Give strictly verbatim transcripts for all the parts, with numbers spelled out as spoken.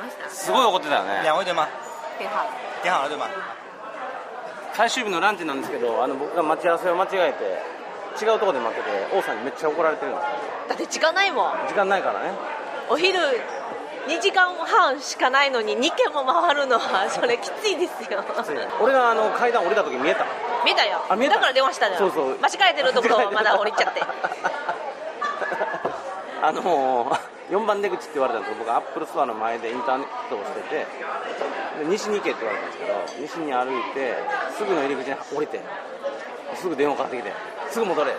ました。 すごい怒ってたよね。 两位对吗？ 挺好。 点好了对吗？ 最終日のランチなんですけど、あの僕が待ち合わせを間違えて違うところで待ってて、王さんにめっちゃ怒られてるんですよ。 だって時間ないもん。 時間ないからね。 お昼にじかんはんしかないのににけんも回るのはそれきついですよ。 きつい。俺があの階段降りた時見えた。 見たよ。 あ、見えた。 だから電話したのよ。 そうそう。 間違えてるところをまだ降りちゃって。 あのー、よんばん出口って言われたんですけど、僕アップルストアの前でインターネットをしてて、で西に行けって言われたんですけど、西に歩いてすぐの入り口に降りて、すぐ電話かかってきて、すぐ戻れって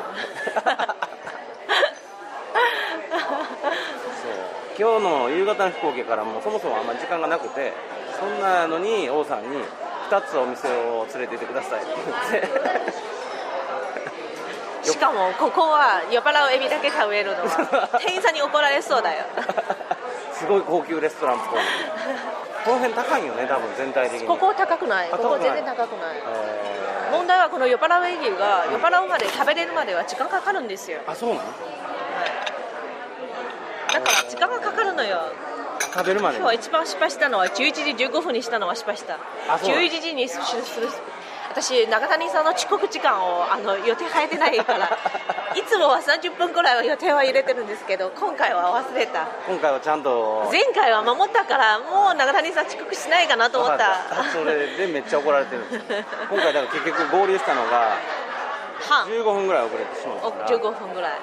そう今日の夕方の飛行機からもうそもそもあんまり時間がなくて、そんなのに王さんにふたつお店を連れて行ってくださいって言ってしかもここは酔っ払うエビだけ食べるのは店員さんに怒られそうだよ。 すごい高級レストランっぽい。この辺高いよね、多分全体的に。 ここ高くない。ここ全然高くない。問題はこの酔っ払うエビが酔っ払うまで食べれるまでは時間かかるんですよ。 あ、そうなの？ だから時間がかかるのよ。 食べるまで。 今日は一番失敗したのはじゅういちじじゅうごふんにしたのは失敗した。じゅういちじにする。私中谷さんの遅刻時間をあの予定変えてないからいつもはさんじゅっぷんくらいは予定は入れてるんですけど、今回は忘れた。 今回はちゃんと。 前回は守ったからもう中谷さん遅刻しないかなと思った。 それでめっちゃ怒られてるんです今回だから結局合流したのがじゅうごふんぐらい遅れてしまったからじゅうごふんぐらい、はい、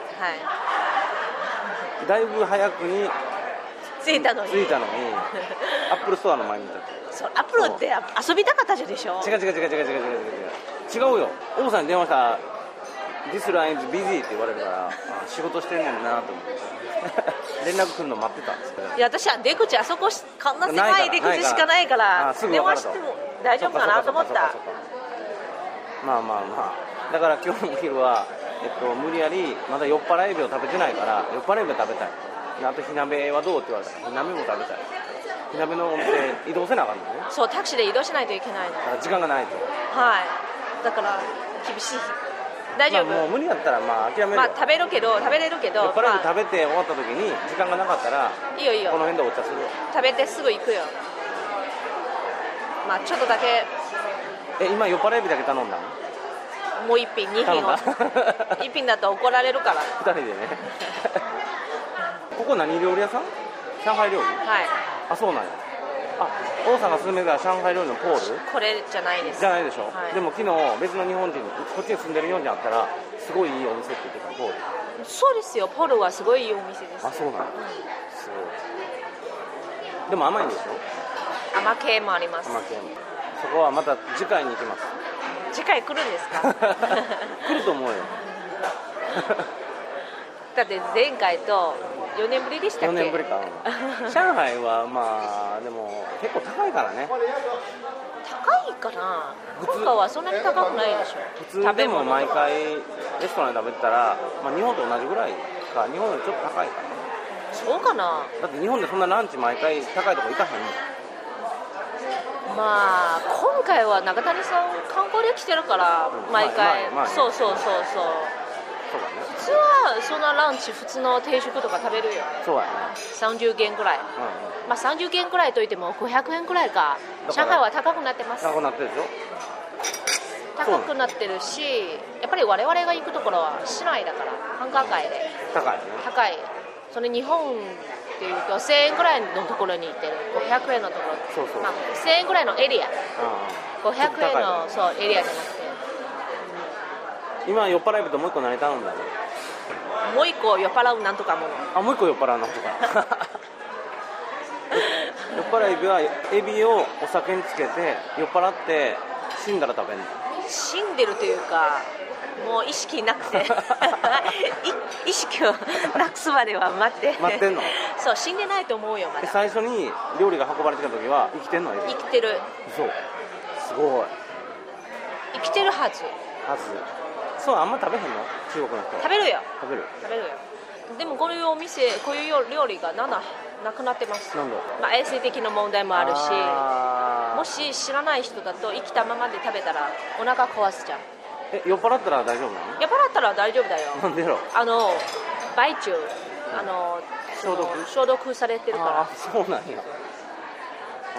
だいぶ早くに着いたのに着いたのにアップルストアの前にいた。 そうアップルって遊びたかったでしょ。 違う違う違う違う違う違う違う違うよ。王さんに電話したら This line is busy って言われるからあ仕事してんねんなと思って連絡来るの待ってたんですけど、 いや私は出口あそここんな狭い出口しかないから電話しても大丈夫かなと思った。 まあまあまあだから今日のお昼は、えっと、無理やりまだ酔っ払いエビを食べてないから酔っ払いエビを食べたい。あと火鍋はどうって言われたら火鍋も食べたい。火鍋のお店移動せなあかんのね。 そうタクシーで移動しないといけないの。だから時間がないと。 はいだから厳しい。大丈夫、 まあ、もう無理だったらまあ諦める。 まあ食べるけど食べれるけど酔っ払いエビ食べて終わった時に時間がなかったらいいよいいよこの辺でお茶する。 食べてすぐ行くよ。まあちょっとだけ。 え今酔っ払いエビだけ頼んだの？ もう一品二品を一品だと怒られるからふたりでねここ何料理屋さん？上海料理？ はい。 あ、そうなんや。あ、王さんが勧めた上海料理のポール？ これじゃないです。 じゃないでしょ、 はい、 でも昨日別の日本人こっちに住んでる日本人あったらすごいいいお店って言ってた。ポール。 そうですよ。ポールはすごいいいお店です。 あ、そうなんや、うん、すごい。でも甘いんでしょ？ 甘系もあります。 甘系も。そこはまた次回に行きます。 次回来るんですか？ 来ると思うよだって前回とよねんぶりでしたっけ？ よねんぶりか上海はまあでも結構高いからね。 高いかな。今回はそんなに高くないでしょ。 普通でも毎回レストランで食べてたら、まあ、日本と同じぐらいか日本よりちょっと高いかな。 そうかな。 だって日本でそんなランチ毎回高いとこ行かへんの。 まあ今回は中谷さん観光で来てるから毎回、 まあまあまあね、 そうそうそうそうそうだね。 普通はそんなランチ普通の定食とか食べるよ。 そうやね。 さんじゅうげんくらい、うんうん、まあさんじゅうげんくらいといってもごひゃくえんくらいか。上海は高くなってます。 高くなってるでしょ。 高くなってるし、やっぱり我々が行くところは市内だから繁華街で高いね。 高い。それ日本っていうとせんえんくらいのところに行ってるごひゃくえんのところ。 そうそう、 まあ、せんえんくらいのエリア、ごひゃくえんのそうエリアじゃなくて、 今酔っ払い人もう一個何頼んだの？ もう一個酔っ払うなんとかもの。 あ、もう一個酔っ払うなんとか酔っ払いエビはエビをお酒につけて酔っ払って死んだら食べるの？ 死んでるというかもう意識なくて意識をなくすまでは待って待ってんの？ そう死んでないと思うよまだ。 最初に料理が運ばれてきた時は生きてんの？ 生きてる。 そうすごい生きてるはずはず。そうあんま食べへんの？中国の人食べるよ。 食べる食べるよ。でもこういうお店こういう料理がなななくなってます。 なんで？ まあ衛生的な問題もあるし、 あもし知らない人だと生きたままで食べたらお腹壊すじゃん。 え酔っ払ったら大丈夫なの？ 酔っ払ったら大丈夫だよ。 なんでやろ？ あの梅中あの消毒消毒されてるから。 あそうなんや。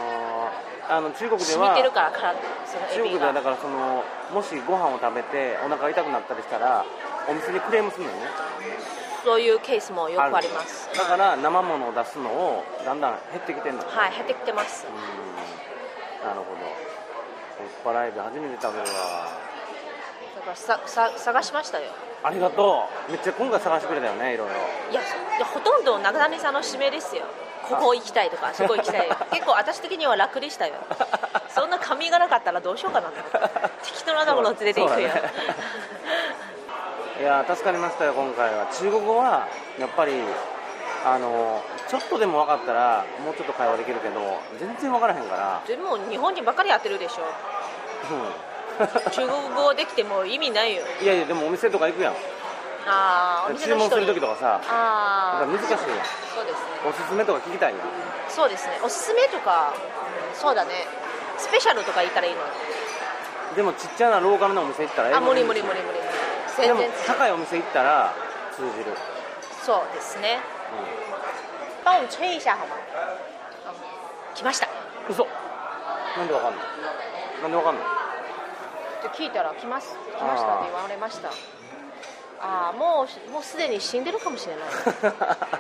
あの中国で染みはてるからからそのエビ中国ではだがからそのもしご飯を食べてお腹が痛くなったりしたらお店にクレームするのよね。 そういうケースもよくあります。 だから生ものを出すのをだんだん減ってきてるの。 はい、減ってきてます。 うん、なるほど。酔っ払いで初めて食べるわ。 だからささ探しましたよ。 ありがとう。めっちゃ今回探してくれたよね、いろいろ。 いや、いやほとんど中谷さんの指名ですよ。ここ行きたいとかそこ行きたい結構私的には楽でしたよ。そんな髪がなかったらどうしようかなと適当なところ連れて行くよ、ね、 いや助かりましたよ今回は。中国語はやっぱりあのちょっとでも分かったらもうちょっと会話できるけど全然分からへんから。 でも日本人ばっかりやってるでしょ、うん、中国語できても意味ないよ。 いやいやでもお店とか行くやん。 あお店の人に注文する時とかさあ難しいやん。 そうですね。 おすすめとか聞きたいやん。 そうですね。おすすめとか、うん、そうだね。スペシャルとか言ったらいいの。 でもちっちゃなローカルなお店行ったらあ無理無理無理無理。 全然でも高いお店行ったら通じる。 そうですね。うん、帮我吹一下好吗？来ました。 嘘。なんでわかんない。なんでわかんない。 って聞いたら来ます来ましたって言われました。ああもうもうすでに死んでるかもしれない。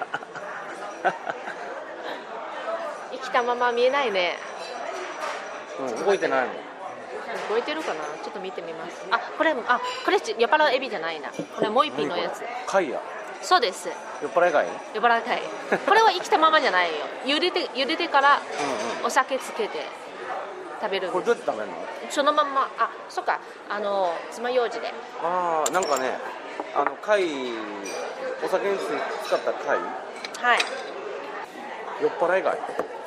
生きたまま見えないね。 うん、動いてないもん。 動いてるかな。ちょっと見てみます。あこれあこれ酔っ払うエビじゃないな。これもう一品のやつ。 貝や。 そうです。 酔っ払い貝？ 酔っ払い貝。これは生きたままじゃないよ。茹でて茹でてからお酒つけて食べるんです。 これどうやって食べるの？ そのまんま。あそっかあの爪楊枝で。 ああなんかねあの貝お酒に使った貝。 はい。 酔っ払い貝。はい。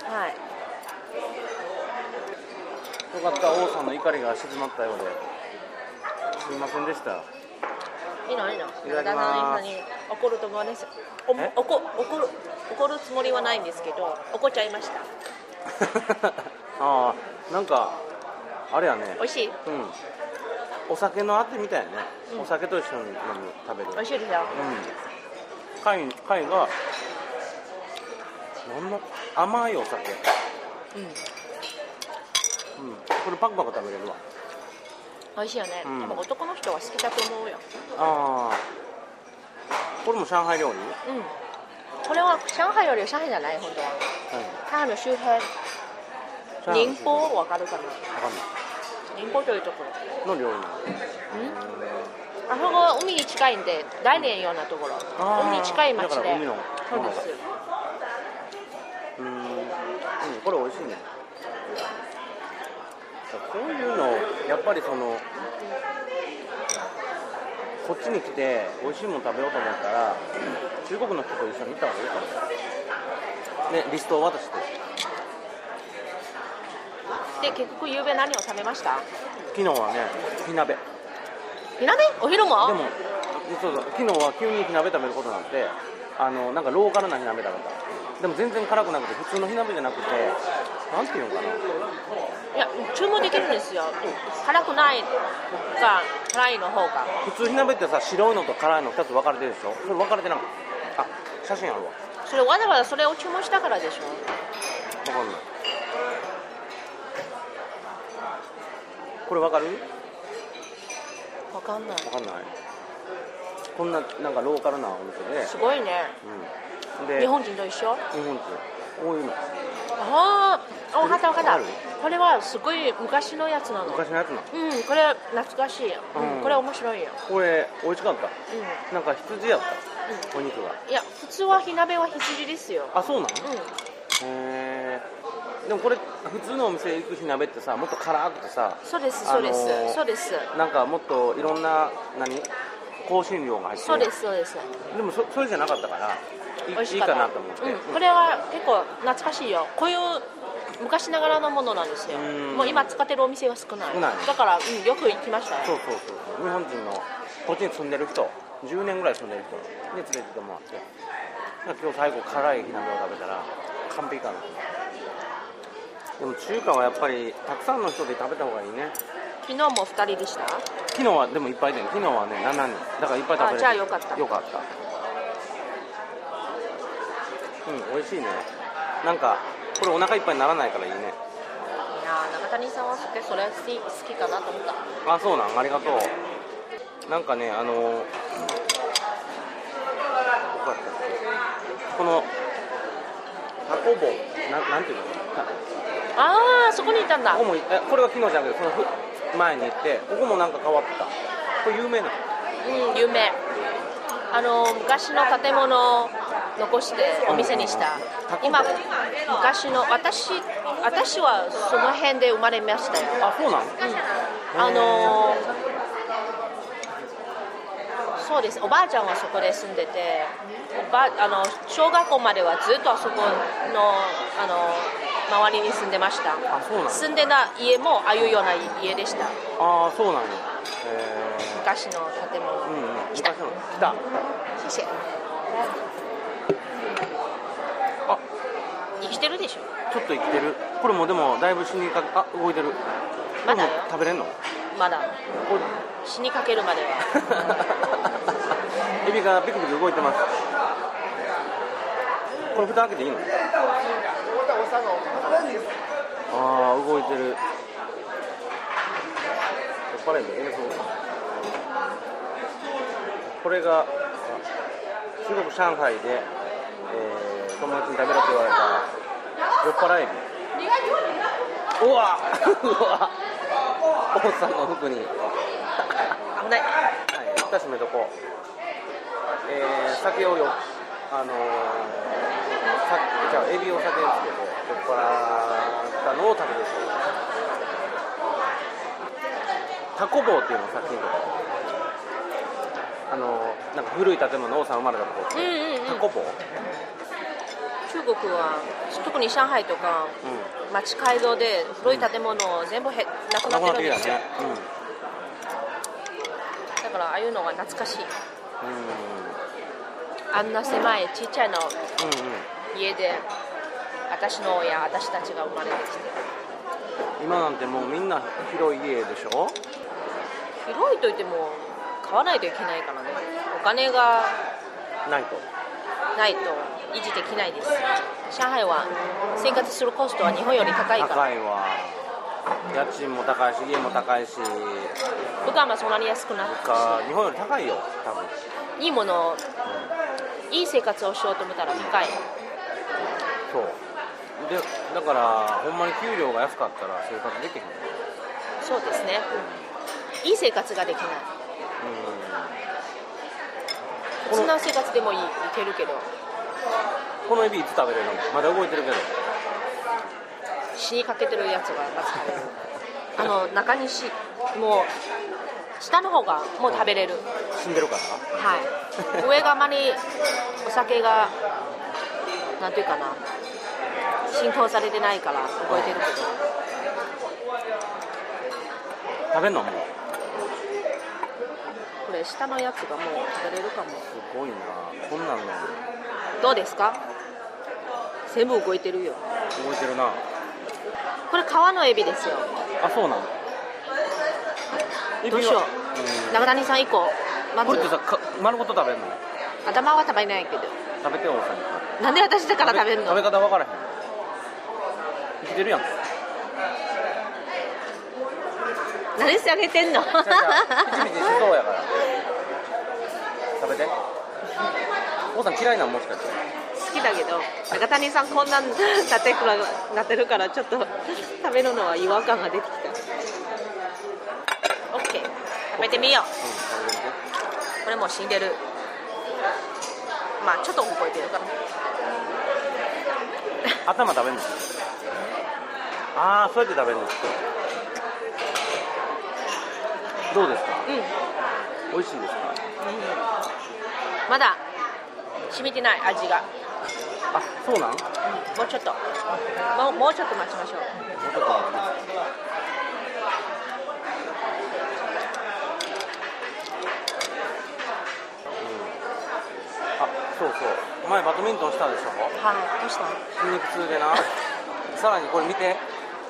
よかった王さんの怒りが静まったようですいませんでした。 いいのいいの。 いただきます。 に怒ると思わないです。おおこ怒る怒るつもりはないんですけど怒っちゃいました。 ああなんかあれやね。 美味しい。 うん。お酒のあてみたいね、うん、お酒と一緒に飲む食べる。 美味しいですよ。 うん。貝貝がなんの甘いお酒。うん。うん、これパクパク食べれるわ。 美味しいよね、うん、多分男の人は好きだと思うよ。 ああこれも上海料理。うんこれは上海料理は上海じゃない本当は、うん、上海の周辺寧波わかるかな。わかんない。寧波というところの料理なの。 あそこは海に近いんで大連ようなところ、うん、海に近い町で。だから海のそうです。 うん、うん、これ美味しいね。こういうのやっぱりそのこっちに来て美味しいもの食べようと思ったら中国の人と一緒に行った方がいいかもね。リストを渡してで結局夕べ何を食べました？ 昨日はね火鍋。 火鍋？お昼も？ でもそうそう昨日は急に火鍋食べることになってあのなんかローカルな火鍋食べた。でも全然辛くなくて普通の火鍋じゃなくてなんていうのかな。 いや注文できるんですよ。辛くないか辛いの方が。 普通火鍋ってさ白いのと辛いのふたつ分かれてるでしょ。それ分かれてなくてあ写真あるわ。 それわざわざそれを注文したからでしょ。 分かんない。これ分かる？ 分かんない。 分かんない。こんななんかローカルなお店で。 すごいね。うん、で日本人と一緒？ 日本人多いの。 ああ、分かった分かった。これはすごい昔のやつなの。 昔のやつなの。 うん、これ懐かしい。うん、これ面白いよ。 これ美味しかった。うん。なんか羊やった。うん、お肉が。 いや普通は火鍋は羊ですよ。 あ、そうなの？うん。へえ。でもこれ普通のお店行く火鍋ってさもっと辛くてさ。 そうですそうです、あのー、そうです。 なんかもっといろんな何香辛料が入ってる。 そうですそうです。 でも そ, それじゃなかったから。いいかなと思って、うん、 これは結構懐かしいよ。こういう昔ながらのものなんですよ。うもう今使ってるお店は少ない。ないだから、うん、よく行きましたよ。 そうそうそう。日本人のこっちに住んでる人じゅうねんぐらい住んでる人に連れてってもらって今日最後辛い火鍋を食べたら完璧かな。でも中華はやっぱりたくさんの人で食べた方がいいね。 昨日もふたりでした？ 昨日はでもいっぱいで昨日はねしちにんだからいっぱい食べれる。 あじゃあよかったよかった。うん、美味しいね。 なんかこれお腹いっぱいにならないからいいね。 いや中谷さんは酒それ好き好きかなと思った。 あ、そうなん、ありがとう。なんかね、あのー、どこやったっけ、このタコボな、なんていうの、 ああそこにいたんだ。 ここも、えこれは昨日じゃなくてその前に行って、ここもなんか変わってた。これ有名なの？ うん、有名。あの昔の建物を残してお店にした、今昔の私私はその辺で生まれましたよ。 あ、そうなの？うん、 あのそうです、おばあちゃんはそこで住んでて、おばあの小学校まではずっとあそこの、あの周りに住んでました。 あ、そうなの？ 住んでた家もああいうような家でした。 ああ、そうなんや。えー、 昔の建物、 うんうん、 来た来た。 謝謝。 あ、 生きてるでしょ。 ちょっと生きてる。これもでもだいぶ死にかけ、あ、動いてる。 まだよ。 食べれんの？ まだ。 これ死にかけるまでは。 エビがピクピク動いてます。これ蓋開けていいの？ああ、動いてる。酔っ払いの映像。これが中国上海で、えー、友達に食べろと言われた酔っ払いエビ。うわうわ王さんの服に危ない。 はい、蓋閉めとこう。えー、酒をよ、あのー、さじゃあエビを酒につけて酔っ払ったのを食べる。タコ棒っていうのをさっきのとこ、あのー、なんか古い建物、王さん生まれたところ、 うんうんうん、 タコ棒。 中国は特に上海とか、うん、街街道で古い建物を全部へ、うん、なくなってるんですよ、ね、うん、だからああいうのが懐かしい、うん、あんな狭いちっちゃいの、うんうん、家で私の親、私たちが生まれてきて、 今なんてもうみんな広い家でしょ。 広いといっても買わないといけないからね。お金がないとないと維持できないです。上海は生活するコストは日本より高いから。 高いわ。家賃も高いし、家も高いし、 物価もそんなに安くなくて、 日本より高いよ、多分。 いいもの、うん、いい生活をしようと思ったら高い。 そうで、だからほんまに給料が安かったら生活できへん。 そうですね、うん、いい生活ができない。普通の生活でもいい、いけるけど。 このエビいつ食べれるの？まだ動いてるけど死にかけてるやつがまず食べれるあの中にしもう下の方がもう食べれる、 死んでるからはい上があまりお酒がなんていうかな浸透されてないから動いてるけど、 食べんの？もうこれ下のやつがもう食べれるかも。すごいな、こんなんの。 どうですか？全部動いてるよ。 動いてるな。 これ川のエビですよ。 あ、そうなの？ どうしよう、うん、中谷さんいっこまず。 これってさ、丸ごと食べるの？ 頭は食べないけど。 食べてよ、おさんに。 なんで私だから食べるの？ 食べ方分からへん。生きてるやん。 何してあげてんの？ ピチピチしそうやから食べて。おさん嫌いなの？もしかして。 好きだけど中谷さんこんな立てくらなってるからちょっと食べるのは違和感が出てきた。 OK、 食べてみよう、うん、これもう死んでる。まあちょっと動いてるから頭食べるの？ああ、そうやって食べるの。どうですか？うん、美味しいですか？ うん、まだ染みてない味が。 あ、そうなん？うん、 もうちょっともう、もうちょっと待ちましょう。もうちょっと待ちます。 あ、そうそう、前バドミントンしたでしょ。 はい、どうした？ 筋肉痛でなさらにこれ見て、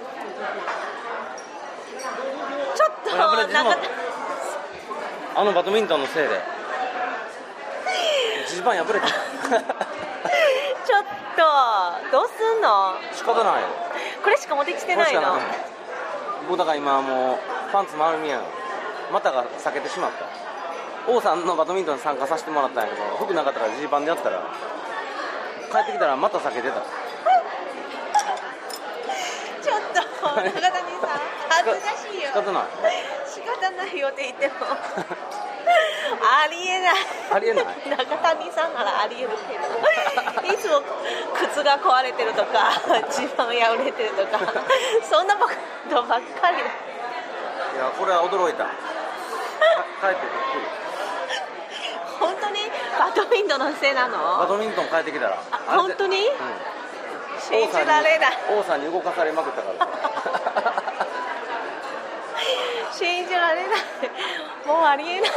ちょっとなんかあのバドミントンのせいで地盤破れたちょっどうすんの？ 仕方ないよ。 これしか持ってきてないの？ もうだから今もうパンツ丸見えやの。股が裂けてしまった。王さんのバドミントンに参加させてもらったんやけど、服なかったからジーパンでやったら帰ってきたら股裂けてた。 ちょっと中谷さん恥ずかしいよ。 仕方ない。 仕方ないよって言ってもありえない。 ありえない。 中谷さんならありえるけど、いつも靴が壊れてるとか地盤破れてるとかそんなことばっかりだ。 いやこれは驚いた。帰ってびっくり。 本当にバドミントンのせいなの？ バドミントン帰ってきたら。 本当に？うん、信じられない。 王さんに動かされまくったから信じられない。もうありえない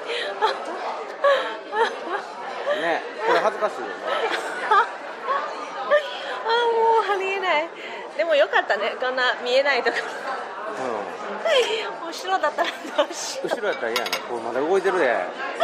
ね、これ恥ずかしいよねあ、もうありえない。でもよかったね、こんな見えないところ、うん、後ろだったらどうしよう。 後ろやったら嫌やね。これまだ動いてるで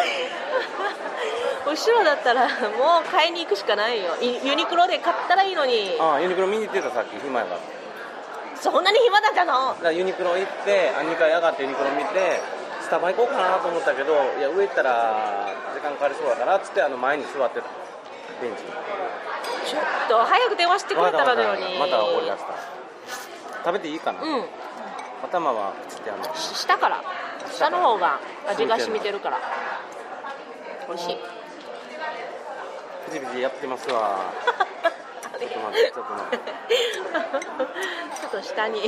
後ろだったらもう買いに行くしかないよ。ユニクロで買ったらいいのに。 ああ、ユニクロ見に行ってた。さっき暇やから。 そんなに暇だったの？ だからユニクロ行ってにかい上がってユニクロ見てスタバ行こうかなと思ったけど、いや上行ったら時間かかりそうだからっつってあの前に座ってたベンチに。 ちょっと早く電話してくれたらのに。 また怒り出した。食べていいかな？うん。頭はつってあるの。 下から下の方が味が染みてるから美味しい。 ピチピチやってますわちょっと待ってちょっと待ってちょっと下に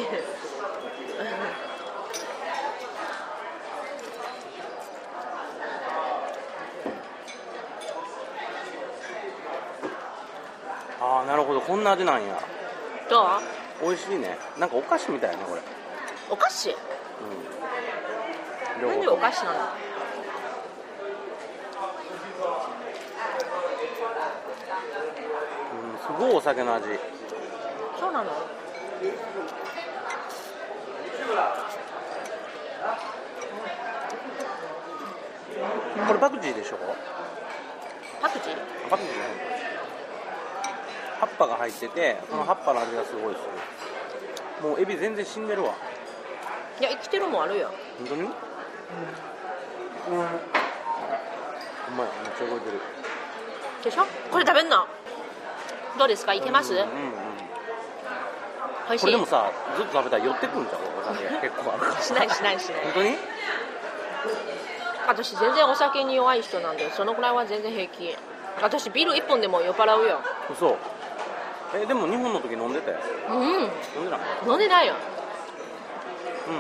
ああ、なるほど、こんな味なんや。 どう？美味しいね。なんかお菓子みたいねこれ。 お菓子？うん。なんでお菓子なの？ うん、すごいお酒の味。 そうなの？ これパクチーでしょ？ パクチー？ パクチーじゃない。葉っぱが入ってて、その葉っぱの味がすごいする。もうエビ全然死んでるわ。 いや、生きてるもんあるよ。 本当に？うん。うん。うまい、めっちゃ動いてる。 でしょ？これ食べんの？どうですか？いけます？うんうんうん。美味しい。 これでもさ、ずっと食べたら寄ってくるんじゃん、お酒結構あるから。 しないしないしない。 本当に？ 私全然お酒に弱い人なんで、そのくらいは全然平気。私ビール一本でも酔っ払うよ。 嘘。え、でも日本の時飲んでたよ。 うん。飲んでない？ 飲んでないよ。 うん。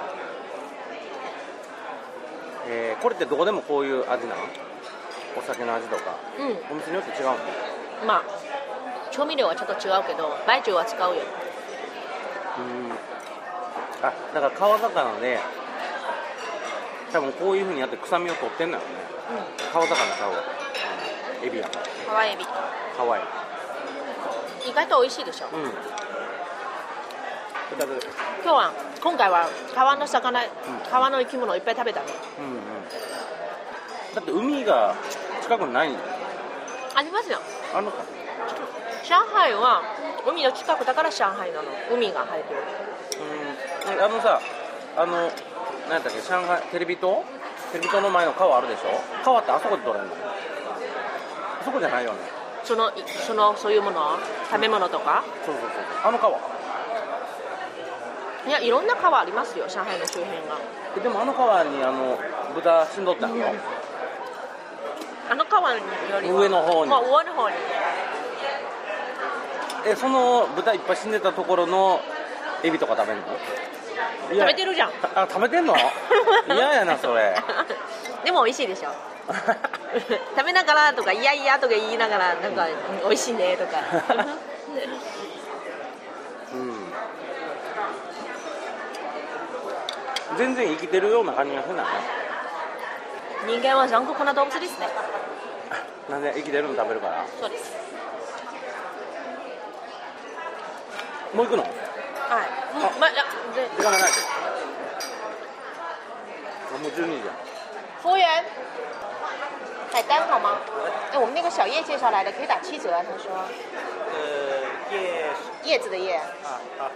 えー、これってどこでもこういう味なの？お酒の味とか。うん。お店によって違うの？ まあ調味料はちょっと違うけど、バイチューは使うよ。 うん。あ、だから川魚で多分こういう風にやって臭みを取ってんだよね。うん。川魚ちゃうわ。エビやん。 川エビ。 川エビ。 意外と美味しいでしょ。うん。今日は今回は川の魚、うん、川の生き物をいっぱい食べたね。うんうん。 だって海が近くにないんだよ。 ありますよ。 あるのか。 上海は海の近くだから上海なの。海が生えてる。 うん。あのさ、あの何やったっけ、上海テレビ塔？テレビ塔の前の川あるでしょ。川ってあそこで取れるの？あそこじゃないよね。 そのそのそういうもの、食べ物とか。 そうそうそう。あの川。 いや、いろんな川ありますよ、上海の周辺が。 でもあの川にあの豚死んどったの？うん、 あの川よりは上の方に。 まあ、上の方に。 え、その豚いっぱい死んでたところのエビとか食べるの？ 食べてるじゃん。 あ、食べてんの？嫌やなそれ。 でも美味しいでしょ。食べながらとかいやいやとか言いながらなんか、うん、美味しいねとか。 うん。全然生きてるような感じがするんだね。 人間は残酷な動物ですね。 なんで？生きてるの食べるから。 そうです。 もう行くの？はい。 ま、いや、で時間がない。もうじゅうにじじゃん。 服务员。 买单好吗？哎，我们那个小叶介绍来的，可以打七折啊。他说。 呃叶叶子的叶。 ああ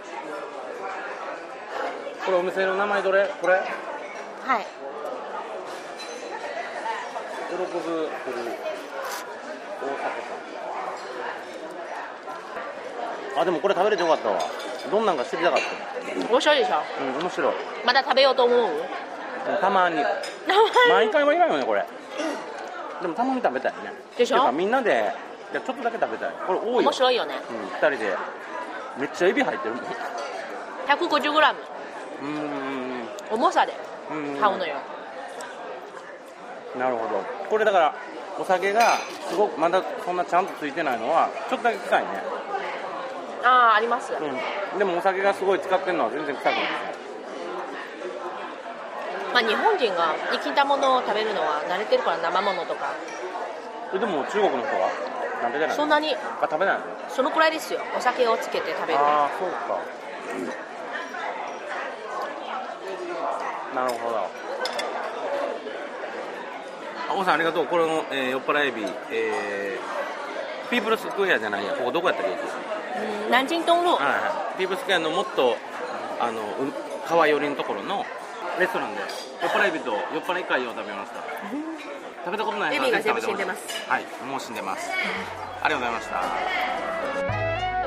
これお店の名前どれ？これ？ はい。 喜ぶフル大阪さん。あでもこれ食べれてよかったわ。どんなんか知りたかった。 面白いでしょ。 うん面白い。 まだ食べようと思う？ たまに。毎回はいらんよねこれ。でもたまに食べたいね。 でしょ。 みんなでいやちょっとだけ食べたい。これ多いよ。 面白いよね。 うん二人でめっちゃエビ入ってるもん。 ひゃくごじゅうグラム。 うーん重さで買うのよ。 なるほど。これだからお酒がすごくまだそんなちゃんとついてないのはちょっとだけ臭いね。 あああります。 うん。でもお酒がすごい使ってるのは全然臭くないですね。 まあ日本人が生きたものを食べるのは慣れてるから生ものとか。 でも中国の人は食べてない。 そんなに。 あ食べないの？ そのくらいですよ。お酒をつけて食べる。 ああそうか。なるほど。あおさんありがとう。これの、えー、酔っ払いエビ、えー、ピープルスクエアじゃないや。ここどこやったっけ？ 南京東路。 はいはい。ピープルスクエアのもっとあの川寄りのところのレストランで酔っ払いエビと酔っ払い貝を食べました。食べたことないエビが全部死んでます。 はい、もう死んでます。ありがとうございました。